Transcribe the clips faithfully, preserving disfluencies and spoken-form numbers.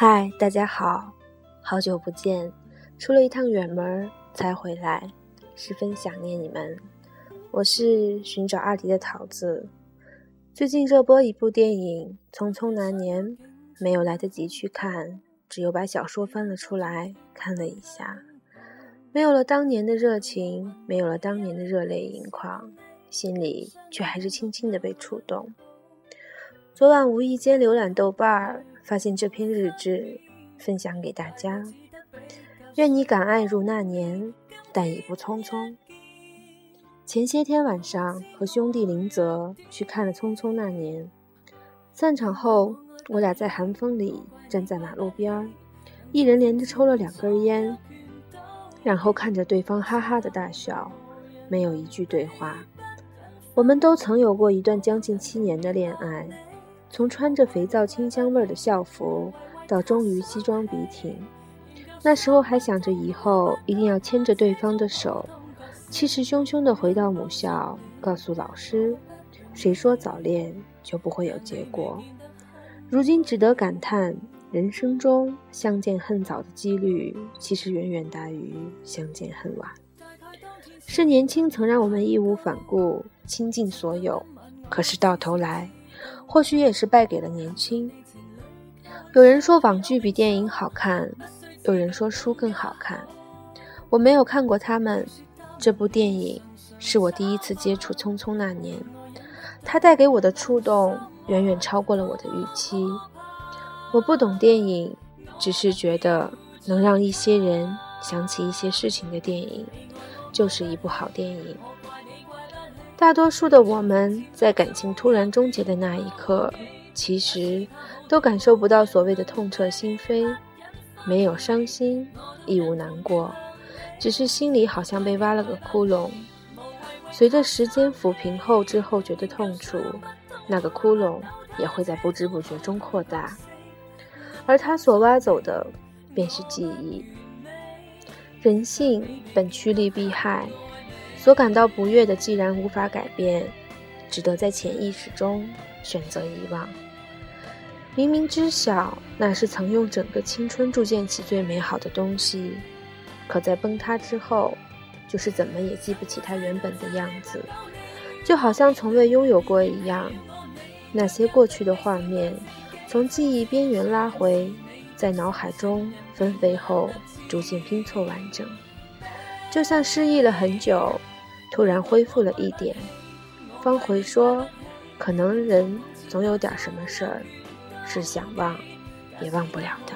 嗨，大家好，好久不见，出了一趟远门才回来，十分想念你们。我是寻找阿迪的桃子。最近热播一部电影《匆匆那年》，没有来得及去看，只有把小说翻了出来看了一下。没有了当年的热情，没有了当年的热泪盈眶，心里却还是轻轻地被触动。昨晚无意间浏览豆瓣，发现这篇日志，分享给大家。愿你敢爱如那年，但已不匆匆。前些天晚上和兄弟林泽去看了《匆匆那年》，散场后我俩在寒风里站在马路边，一人连着抽了两根烟，然后看着对方哈哈的大笑，没有一句对话。我们都曾有过一段将近七年的恋爱，从穿着肥皂清香味的校服到终于西装笔挺，那时候还想着以后一定要牵着对方的手，气势汹汹地回到母校，告诉老师，谁说早恋就不会有结果。如今只得感叹，人生中相见恨早的几率其实远远大于相见恨晚。是年轻曾让我们义无反顾倾尽所有，可是到头来或许也是败给了年轻。有人说网剧比电影好看，有人说书更好看。我没有看过他们，这部电影是我第一次接触《匆匆那年》，它带给我的触动远远超过了我的预期。我不懂电影，只是觉得能让一些人想起一些事情的电影，就是一部好电影。大多数的我们在感情突然终结的那一刻，其实都感受不到所谓的痛彻心扉，没有伤心，亦无难过，只是心里好像被挖了个窟窿。随着时间抚平后之后觉得痛楚，那个窟窿也会在不知不觉中扩大，而它所挖走的便是记忆。人性本趋利避害，所感到不悦的既然无法改变，只得在潜意识中选择遗忘。明明知晓那是曾用整个青春筑建起最美好的东西，可在崩塌之后，就是怎么也记不起它原本的样子，就好像从未拥有过一样。那些过去的画面从记忆边缘拉回，在脑海中纷飞后逐渐拼凑完整，就像失忆了很久，突然恢复了一点，方回说，可能人总有点什么事儿是想忘也忘不了的。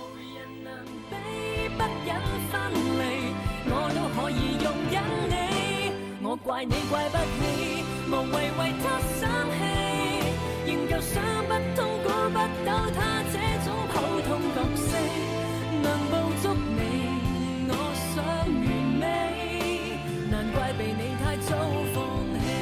我怪你怪不起，無謂為他生氣，仍舊想不通估不到他這種普通角色能捕捉你，我想完美，難怪被你太早放棄。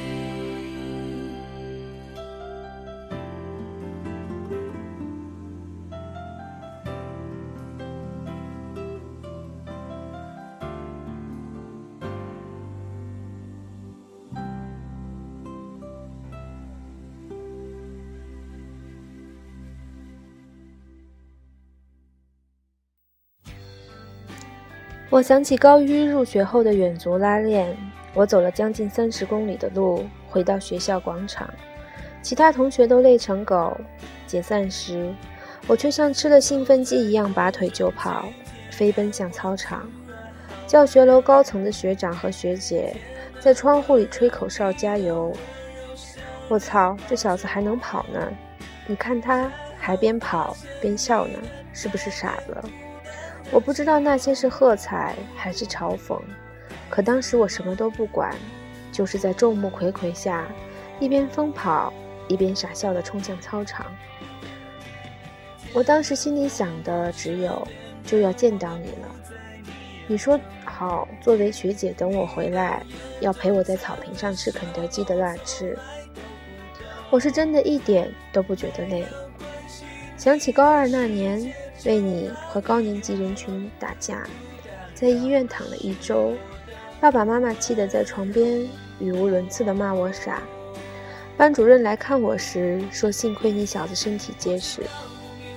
我想起高一入学后的远足拉练，我走了将近三十公里的路回到学校广场，其他同学都累成狗。解散时，我却像吃了兴奋剂一样拔腿就跑，飞奔向操场。教学楼高层的学长和学姐在窗户里吹口哨加油。我操，这小子还能跑呢，你看他还边跑边笑呢，是不是傻了？我不知道那些是喝彩还是嘲讽，可当时我什么都不管，就是在众目睽睽下一边疯跑一边傻笑地冲向操场。我当时心里想的只有，就要见到你了。你说好作为学姐等我回来，要陪我在草坪上吃肯德基的辣翅。我是真的一点都不觉得累。想起高二那年为你和高年级人群打架，在医院躺了一周，爸爸妈妈气得在床边语无伦次地骂我傻。班主任来看我时说，幸亏你小子身体结实。可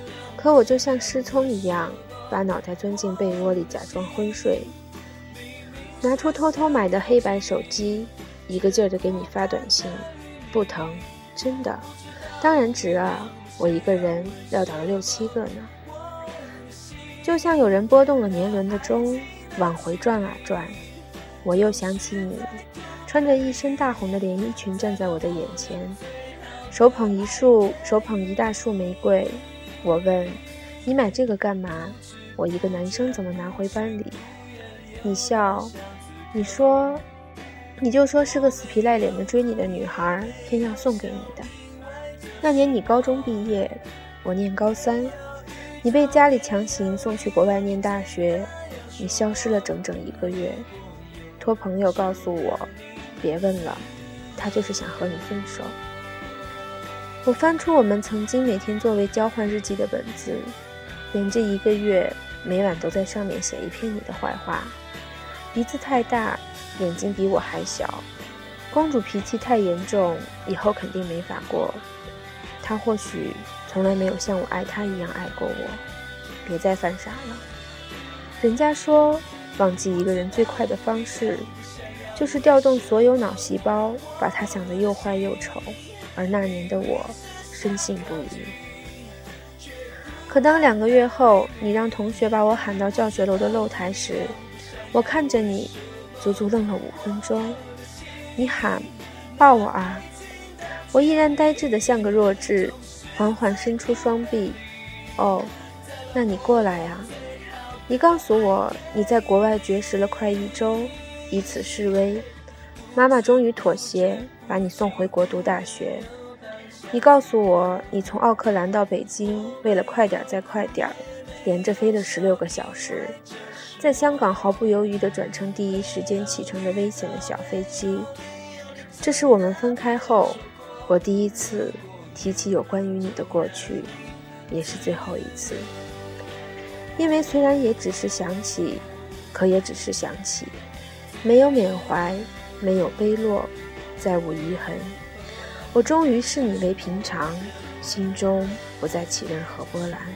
可我就像失聪一样，把脑袋钻进被窝里假装昏睡，拿出偷偷买的黑白手机，一个劲儿地给你发短信。不疼，真的，当然值啊，我一个人撂倒了六七个呢。就像有人拨动了年轮的钟，往回转啊转，我又想起你，穿着一身大红的连衣裙站在我的眼前，手捧一束手捧一大束玫瑰。我问你买这个干嘛？我一个男生怎么拿回班里？你笑，你说你就说是个死皮赖脸的追你的女孩偏要送给你的。那年你高中毕业，我念高三，你被家里强行送去国外念大学，你消失了整整一个月，托朋友告诉我别问了，他就是想和你分手。我翻出我们曾经每天作为交换日记的本子，连这一个月每晚都在上面写一篇你的坏话。鼻子太大，眼睛比我还小，公主脾气太严重，以后肯定没法过。他或许从来没有像我爱他一样爱过我，别再犯傻了。人家说忘记一个人最快的方式就是调动所有脑细胞，把他想得又坏又丑，而那年的我深信不疑。可当两个月后你让同学把我喊到教学楼的露台时，我看着你足足愣了五分钟。你喊抱我啊，我依然呆滞得像个弱智，缓缓伸出双臂。哦，那你过来啊。你告诉我你在国外绝食了快一周，以此示威，妈妈终于妥协，把你送回国读大学。你告诉我你从奥克兰到北京，为了快点再快点，连着飞了十六个小时，在香港毫不犹豫地转乘第一时间启程的危险的小飞机。这是我们分开后我第一次提起有关于你的过去，也是最后一次。因为虽然也只是想起，可也只是想起，没有缅怀，没有悲落，再无遗憾。我终于视你为平常，心中不再起任何波澜。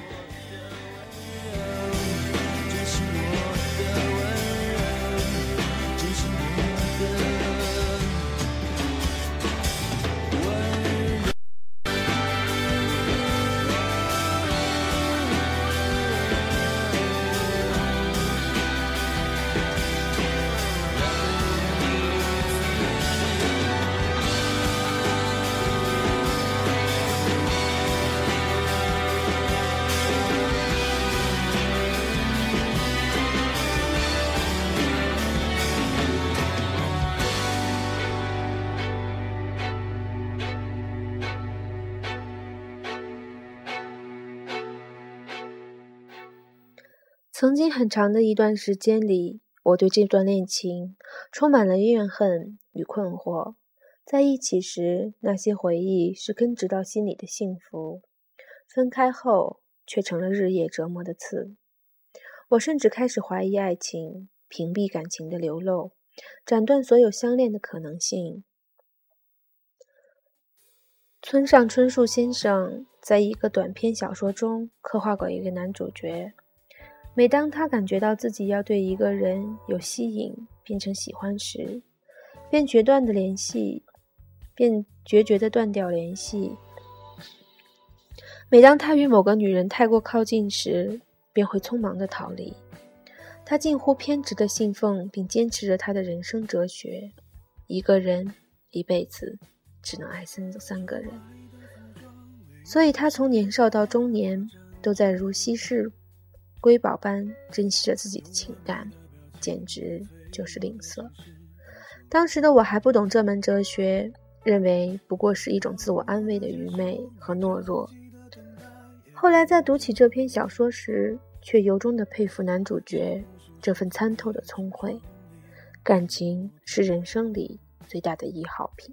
曾经很长的一段时间里，我对这段恋情充满了怨恨与困惑。在一起时，那些回忆是根植到心里的幸福，分开后却成了日夜折磨的刺。我甚至开始怀疑爱情，屏蔽感情的流露，斩断所有相恋的可能性。村上春树先生在一个短篇小说中刻画过一个男主角，每当他感觉到自己要对一个人有吸引变成喜欢时，便决断的联系便决绝地断掉联系。每当他与某个女人太过靠近时，便会匆忙地逃离。他近乎偏执地信奉并坚持着他的人生哲学：一个人一辈子只能爱三三个人。所以他从年少到中年都在如稀世瑰宝般珍惜着自己的情感，简直就是吝啬。当时的我还不懂这门哲学，认为不过是一种自我安慰的愚昧和懦弱。后来在读起这篇小说时，却由衷地佩服男主角这份参透的聪慧。感情是人生里最大的易耗品。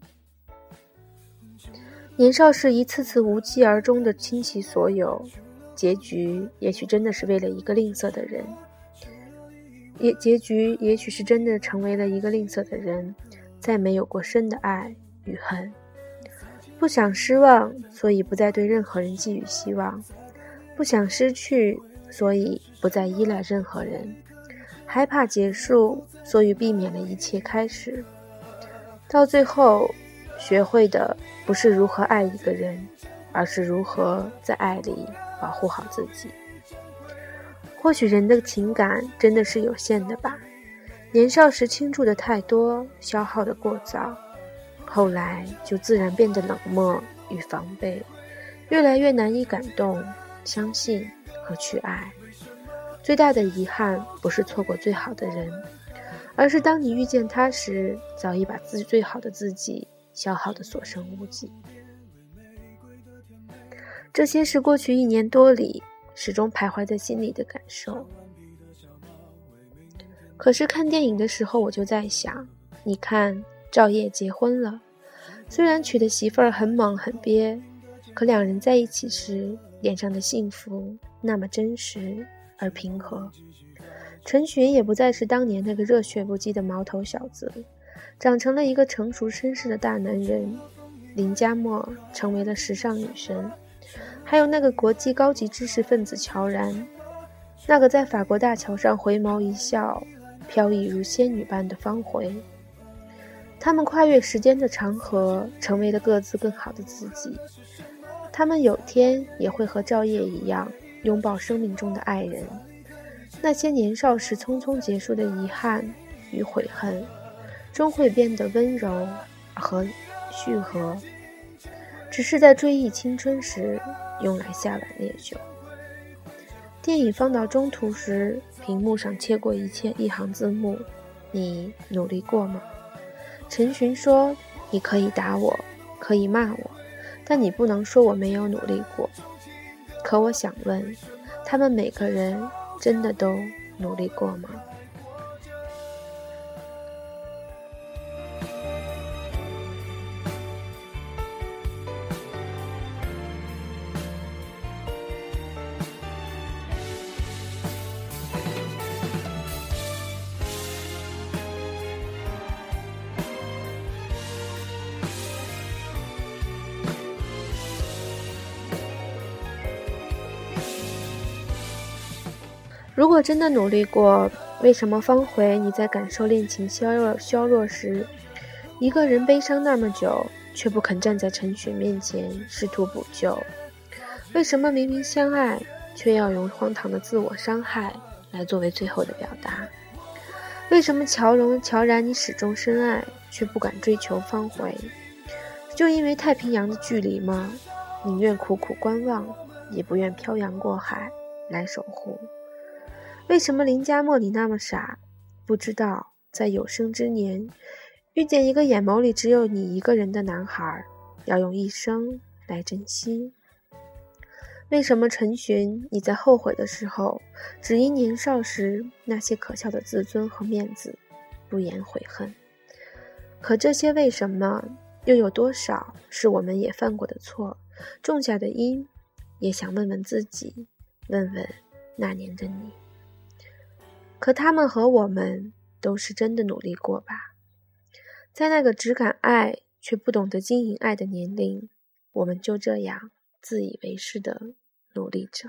年少时一次次无疾而终的倾其所有，结局也许真的是为了一个吝啬的人，也结局也许是真的成为了一个吝啬的人，再没有过深的爱与恨。不想失望，所以不再对任何人寄予希望。 不想失去，所以不再依赖任何人；害怕结束，所以避免了一切开始。到最后，学会的不是如何爱一个人，而是如何在爱里保护好自己。或许人的情感真的是有限的吧，年少时倾注的太多，消耗的过早，后来就自然变得冷漠与防备，越来越难以感动、相信和去爱。最大的遗憾不是错过最好的人，而是当你遇见他时，早已把自最好的自己消耗得所剩无几。这些是过去一年多里始终徘徊在心里的感受。可是看电影的时候，我就在想，你看赵烨结婚了，虽然娶的媳妇儿很猛很憋，可两人在一起时脸上的幸福那么真实而平和。陈寻也不再是当年那个热血不羁的毛头小子，长成了一个成熟绅士的大男人。林佳默成为了时尚女神，还有那个国际高级知识分子乔然，那个在法国大桥上回眸一笑，飘逸如仙女般的方茴。他们跨越时间的长河，成为了各自更好的自己。他们有天也会和赵烨一样，拥抱生命中的爱人。那些年少时匆匆结束的遗憾与悔恨，终会变得温柔和煦和，只是在追忆青春时用来下碗烈酒。电影放到中途时，屏幕上切过一切一行字幕：你努力过吗？陈寻说，你可以打我，可以骂我，但你不能说我没有努力过。可我想问，他们每个人真的都努力过吗？如果真的努力过，为什么方茴你在感受恋情消弱消弱时，一个人悲伤那么久，却不肯站在陈寻面前试图补救？为什么明明相爱，却要用荒唐的自我伤害来作为最后的表达？为什么乔荣乔然你始终深爱，却不敢追求方茴？就因为太平洋的距离吗？宁愿苦苦观望，也不愿漂洋过海来守护。为什么林佳默你那么傻，不知道在有生之年遇见一个眼眸里只有你一个人的男孩，要用一生来珍惜？为什么陈寻你在后悔的时候，只因年少时那些可笑的自尊和面子，不言悔恨？可这些为什么，又有多少是我们也犯过的错，种下的因？也想问问自己，问问那年的你。可他们和我们都是真的努力过吧？在那个只敢爱却不懂得经营爱的年龄，我们就这样自以为是的努力着。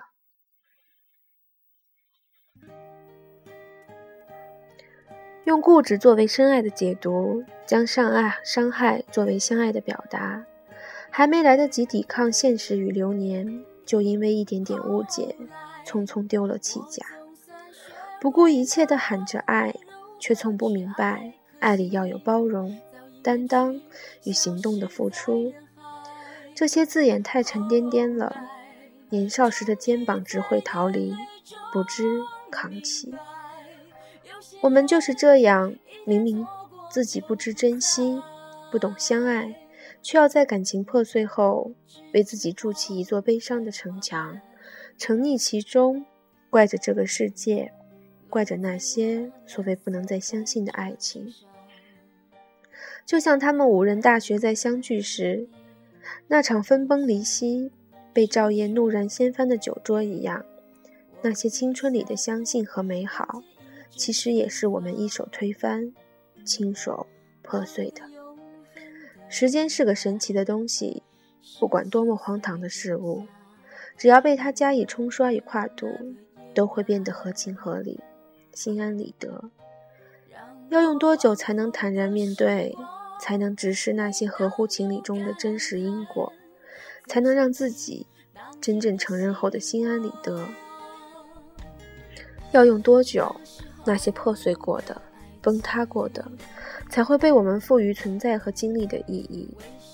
用固执作为深爱的解读，将伤爱伤害作为相爱的表达，还没来得及抵抗现实与流年，就因为一点点误解，匆匆丢了气甲。不顾一切地喊着爱，却从不明白爱里要有包容、担当与行动的付出。这些字眼太沉甸甸了，年少时的肩膀只会逃离，不知扛起。我们就是这样，明明自己不知珍惜，不懂相爱，却要在感情破碎后为自己筑起一座悲伤的城墙，沉溺其中，怪着这个世界，怪着那些所谓不能再相信的爱情。就像他们五人大学在相聚时，那场分崩离析被赵烨怒燃掀翻的酒桌一样，那些青春里的相信和美好，其实也是我们一手推翻，亲手破碎的。时间是个神奇的东西，不管多么荒唐的事物， 只要被他加以冲刷与跨度，都会变得合情合理，心安理得。要用多久才能坦然面对，才能直视那些合乎情理中的真实因果，才能让自己真正承认后的心安理得？要用多久，那些破碎过的、崩塌过的，才会被我们赋予存在和经历的意义？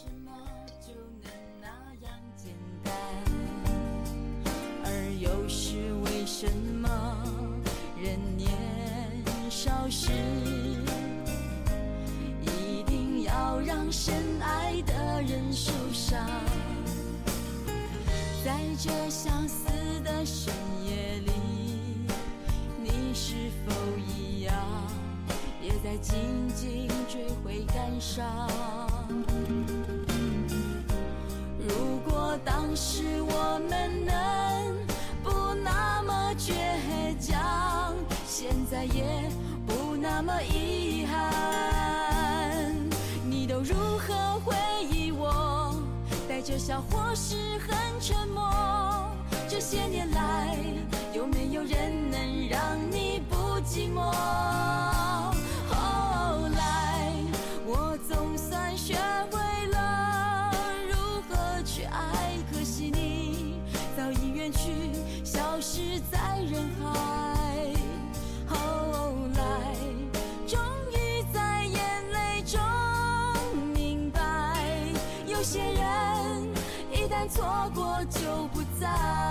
而又是为什么人年少时一定要让深爱的人受伤？在这相似的深夜里，你是否一样也在静静追悔感伤？如果当时我们能不那么倔强，现在也不那么遗憾。你都如何回忆我？带着笑或是很沉默。这些年来，有没有人能让你不寂寞？后来我总算学会了如何去爱，可惜你早已远去，消失在人海。后来终于在眼泪中明白，有些人一旦错过就不在。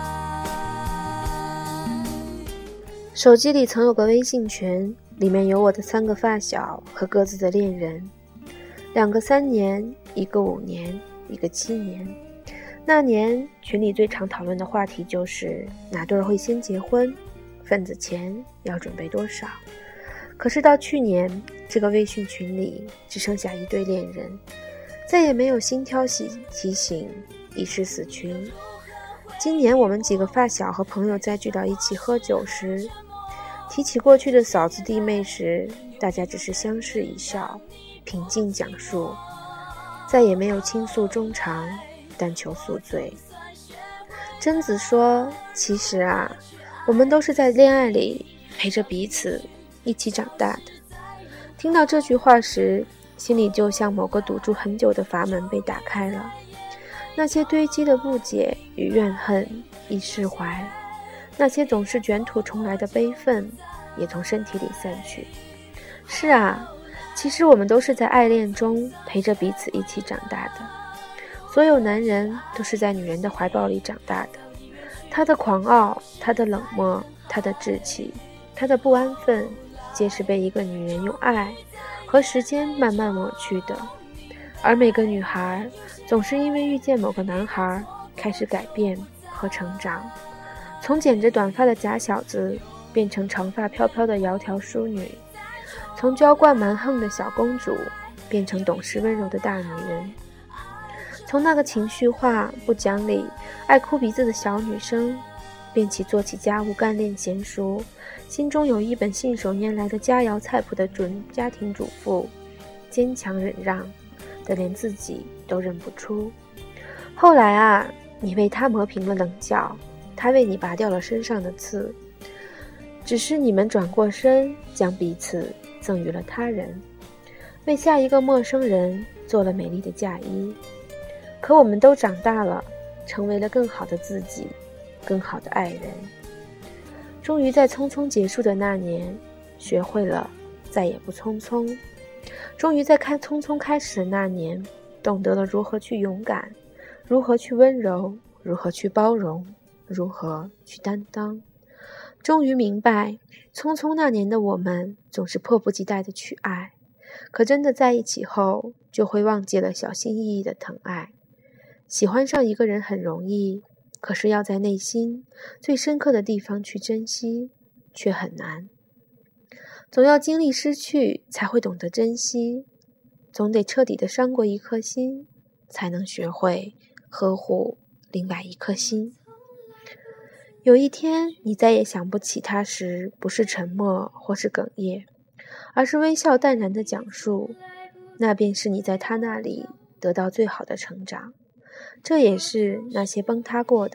手机里曾有个微信群，里面有我的三个发小和各自的恋人，两个三年，一个五年，一个七年。那年群里最常讨论的话题就是哪对会先结婚，份子钱要准备多少。可是到去年，这个微信群里只剩下一对恋人，再也没有新挑起提醒，已是死群。今年我们几个发小和朋友再聚到一起喝酒时，提起过去的嫂子弟妹时，大家只是相视一笑，平静讲述，再也没有倾诉衷肠，但求宿醉。贞子说，其实啊，我们都是在恋爱里陪着彼此一起长大的。听到这句话时，心里就像某个堵住很久的阀门被打开了，那些堆积的不解与怨恨已释怀，那些总是卷土重来的悲愤也从身体里散去。是啊，其实我们都是在爱恋中陪着彼此一起长大的。所有男人都是在女人的怀抱里长大的，他的狂傲，他的冷漠，他的志气，他的不安分，皆是被一个女人用爱和时间慢慢抹去的。而每个女孩总是因为遇见某个男孩开始改变和成长，从剪着短发的假小子变成长发飘飘的窈窕淑女，从娇惯蛮横的小公主变成懂事温柔的大女人，从那个情绪化不讲理爱哭鼻子的小女生变起做起家务干练娴熟，心中有一本信手拈来的佳肴菜谱的准家庭主妇，坚强忍让的连自己都认不出。后来啊，你为他磨平了棱角，他为你拔掉了身上的刺，只是你们转过身，将彼此赠予了他人，为下一个陌生人做了美丽的嫁衣。可我们都长大了，成为了更好的自己，更好的爱人。终于在匆匆结束的那年，学会了再也不匆匆。终于在开匆匆开始的那年，懂得了如何去勇敢，如何去温柔，如何去包容，如何去担当。终于明白，匆匆那年的我们总是迫不及待地去爱，可真的在一起后，就会忘记了小心翼翼的疼爱。喜欢上一个人很容易，可是要在内心最深刻的地方去珍惜，却很难。总要经历失去，才会懂得珍惜，总得彻底的伤过一颗心，才能学会呵护另外一颗心。有一天你再也想不起他时，不是沉默或是哽咽，而是微笑淡然的讲述，那便是你在他那里得到最好的成长。这也是那些崩塌过的、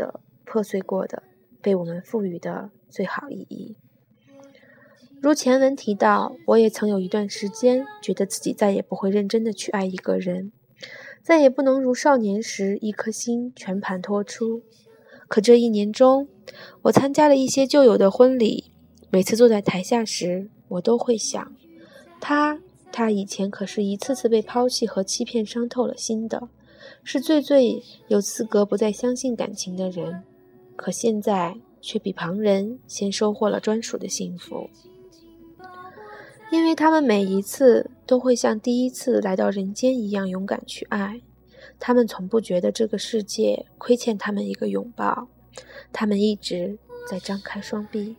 破碎过的，被我们赋予的最好意义。如前文提到，我也曾有一段时间觉得自己再也不会认真的去爱一个人，再也不能如少年时一颗心全盘托出。可这一年中，我参加了一些旧友的婚礼，每次坐在台下时，我都会想，他他以前可是一次次被抛弃和欺骗伤透了心的，是最最有资格不再相信感情的人，可现在却比旁人先收获了专属的幸福。因为他们每一次都会像第一次来到人间一样勇敢去爱，他们从不觉得这个世界亏欠他们一个拥抱，他们一直在张开双臂。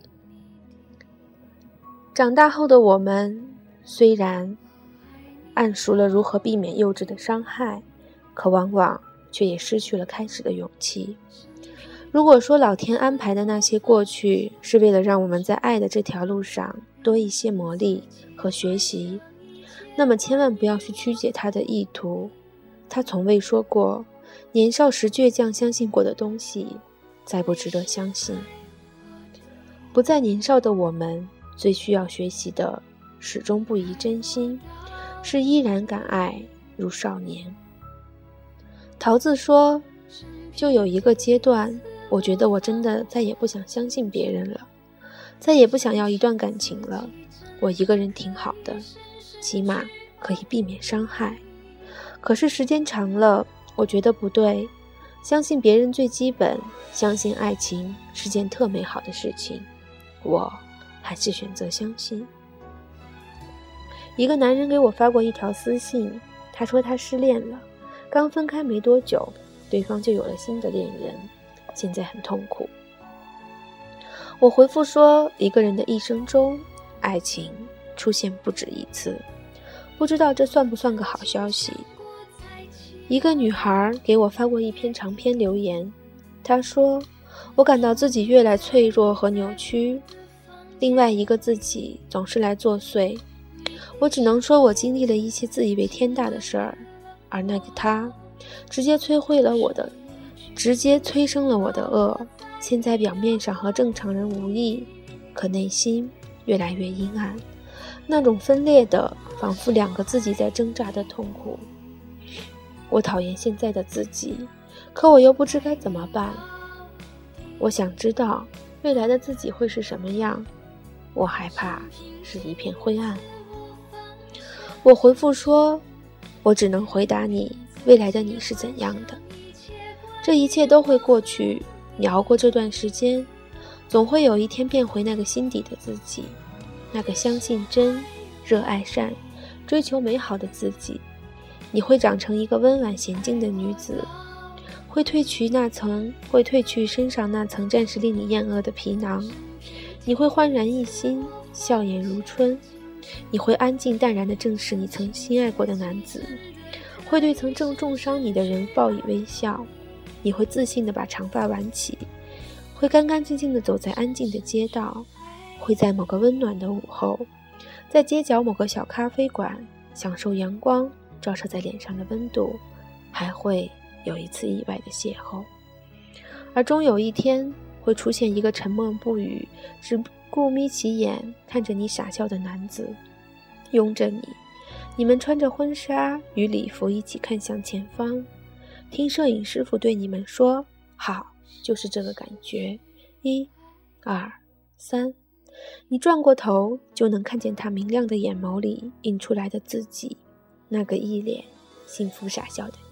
长大后的我们虽然谙熟了如何避免幼稚的伤害，可往往却也失去了开始的勇气。如果说老天安排的那些过去是为了让我们在爱的这条路上多一些磨砺和学习，那么千万不要去曲解他的意图。他从未说过年少时倔强相信过的东西再不值得相信。不再年少的我们最需要学习的始终不移真心，是依然敢爱如少年。桃子说，就有一个阶段，我觉得我真的再也不想相信别人了，再也不想要一段感情了。我一个人挺好的，起码可以避免伤害。可是时间长了，我觉得不对，相信别人最基本，相信爱情是件特美好的事情，我还是选择相信。一个男人给我发过一条私信，他说他失恋了，刚分开没多久，对方就有了新的恋人，现在很痛苦。我回复说，一个人的一生中，爱情出现不止一次，不知道这算不算个好消息。一个女孩给我发过一篇长篇留言，她说，我感到自己越来脆弱和扭曲，另外一个自己总是来作祟。我只能说我经历了一些自以为天大的事儿，而那个他直接摧毁了我的直接催生了我的恶，现在表面上和正常人无异，可内心越来越阴暗，那种分裂的仿佛两个自己在挣扎的痛苦。我讨厌现在的自己，可我又不知该怎么办。我想知道未来的自己会是什么样，我害怕是一片灰暗。我回复说，我只能回答你，未来的你是怎样的。这一切都会过去，你熬过这段时间，总会有一天变回那个心底的自己，那个相信真、热爱善、追求美好的自己。你会长成一个温婉娴静的女子，会褪去那层会褪去身上那层暂时令你厌恶的皮囊，你会焕然一新，笑颜如春。你会安静淡然地正视你曾心爱过的男子，会对曾正重伤你的人报以微笑。你会自信地把长发挽起，会干干净净地走在安静的街道，会在某个温暖的午后，在街角某个小咖啡馆享受阳光照射在脸上的温度，还会有一次意外的邂逅。而终有一天会出现一个沉默不语，只顾眯起眼看着你傻笑的男子，拥着你，你们穿着婚纱与礼服一起看向前方，听摄影师傅对你们说，好，就是这个感觉，一二三。你转过头就能看见他明亮的眼眸里映出来的自己，那个一脸幸福傻笑的你。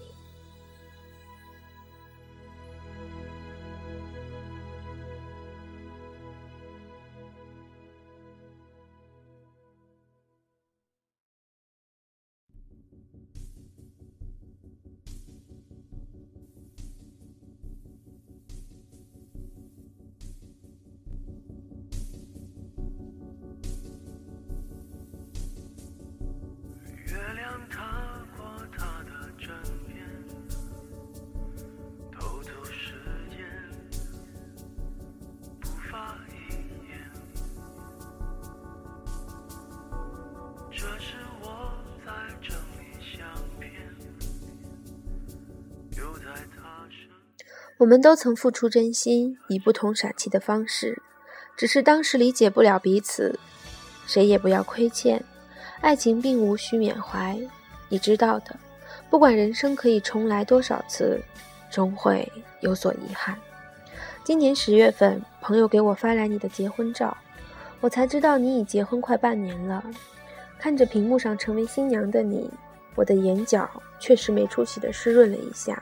月亮踏过他的正面， 我们都曾付出真心，以不同傻气的方式，只是当时理解不了彼此，谁也不要亏欠。爱情并无需缅怀，你知道的，不管人生可以重来多少次，终会有所遗憾。今年十月份，朋友给我发来你的结婚照，我才知道你已结婚快半年了。看着屏幕上成为新娘的你，我的眼角确实没出息地湿润了一下，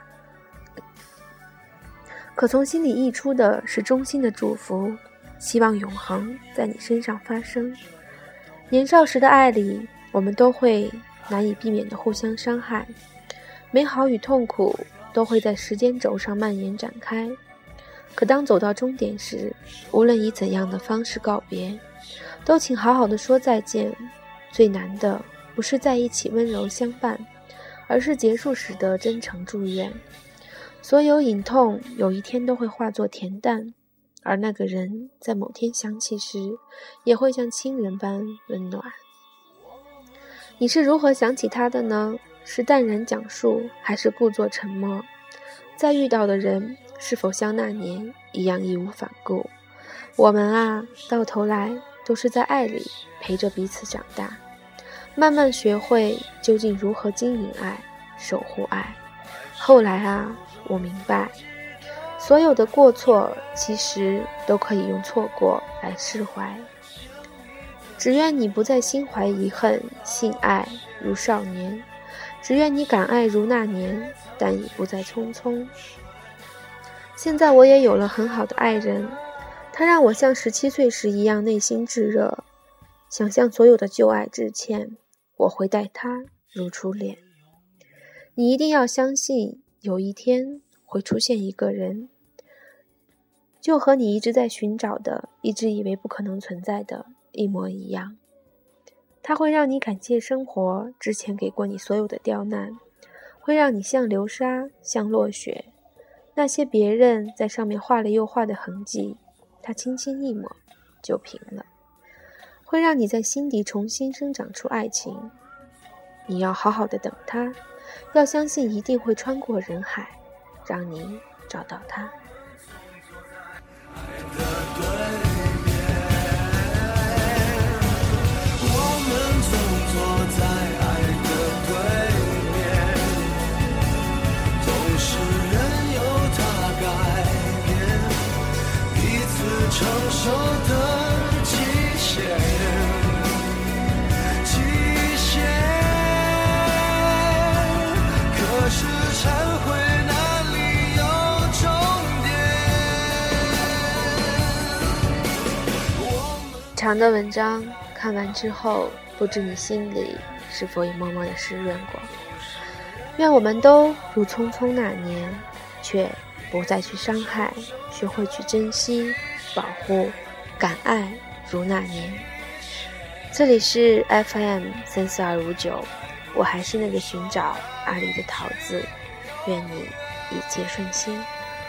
可从心里溢出的是衷心的祝福，希望永恒在你身上发生。年少时的爱里，我们都会难以避免的互相伤害，美好与痛苦都会在时间轴上蔓延展开。可当走到终点时，无论以怎样的方式告别，都请好好的说再见。最难的不是在一起温柔相伴，而是结束时的真诚祝愿。所有隐痛有一天都会化作恬淡，而那个人在某天想起时，也会像亲人般温暖。你是如何想起他的呢？是淡然讲述，还是故作沉默？再遇到的人，是否像那年一样义无反顾？我们啊，到头来都是在爱里陪着彼此长大，慢慢学会究竟如何经营爱，守护爱。后来啊，我明白，所有的过错其实都可以用错过来释怀。只愿你不再心怀遗恨，性爱如少年；只愿你敢爱如那年，但已不再匆匆。现在我也有了很好的爱人，他让我像十七岁时一样内心炙热，想向所有的旧爱致歉，我会待他如初恋。你一定要相信，有一天会出现一个人，就和你一直在寻找的，一直以为不可能存在的一模一样。他会让你感谢生活之前给过你所有的刁难，会让你像流沙，像落雪，那些别人在上面画了又画的痕迹，他轻轻一抹就平了。会让你在心底重新生长出爱情，你要好好的等他，要相信一定会穿过人海，让你找到他。 承受的极限，极限，可是忏悔哪里有终点？ 长的文章看完之后，不知你心里是否也默默的湿润过。愿我们都如匆匆那年，却不再去伤害，学会去珍惜保护，敢爱如那年。这里是 F M 三四二五九，我还是那个寻找阿里的桃子，愿你一切顺心。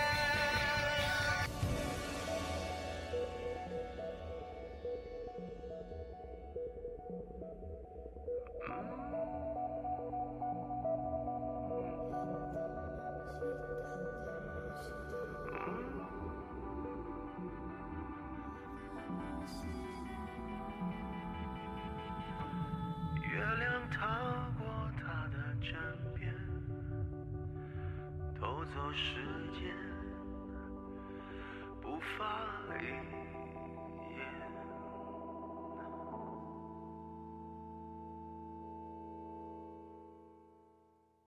踏过他的枕边，偷走时间，不发一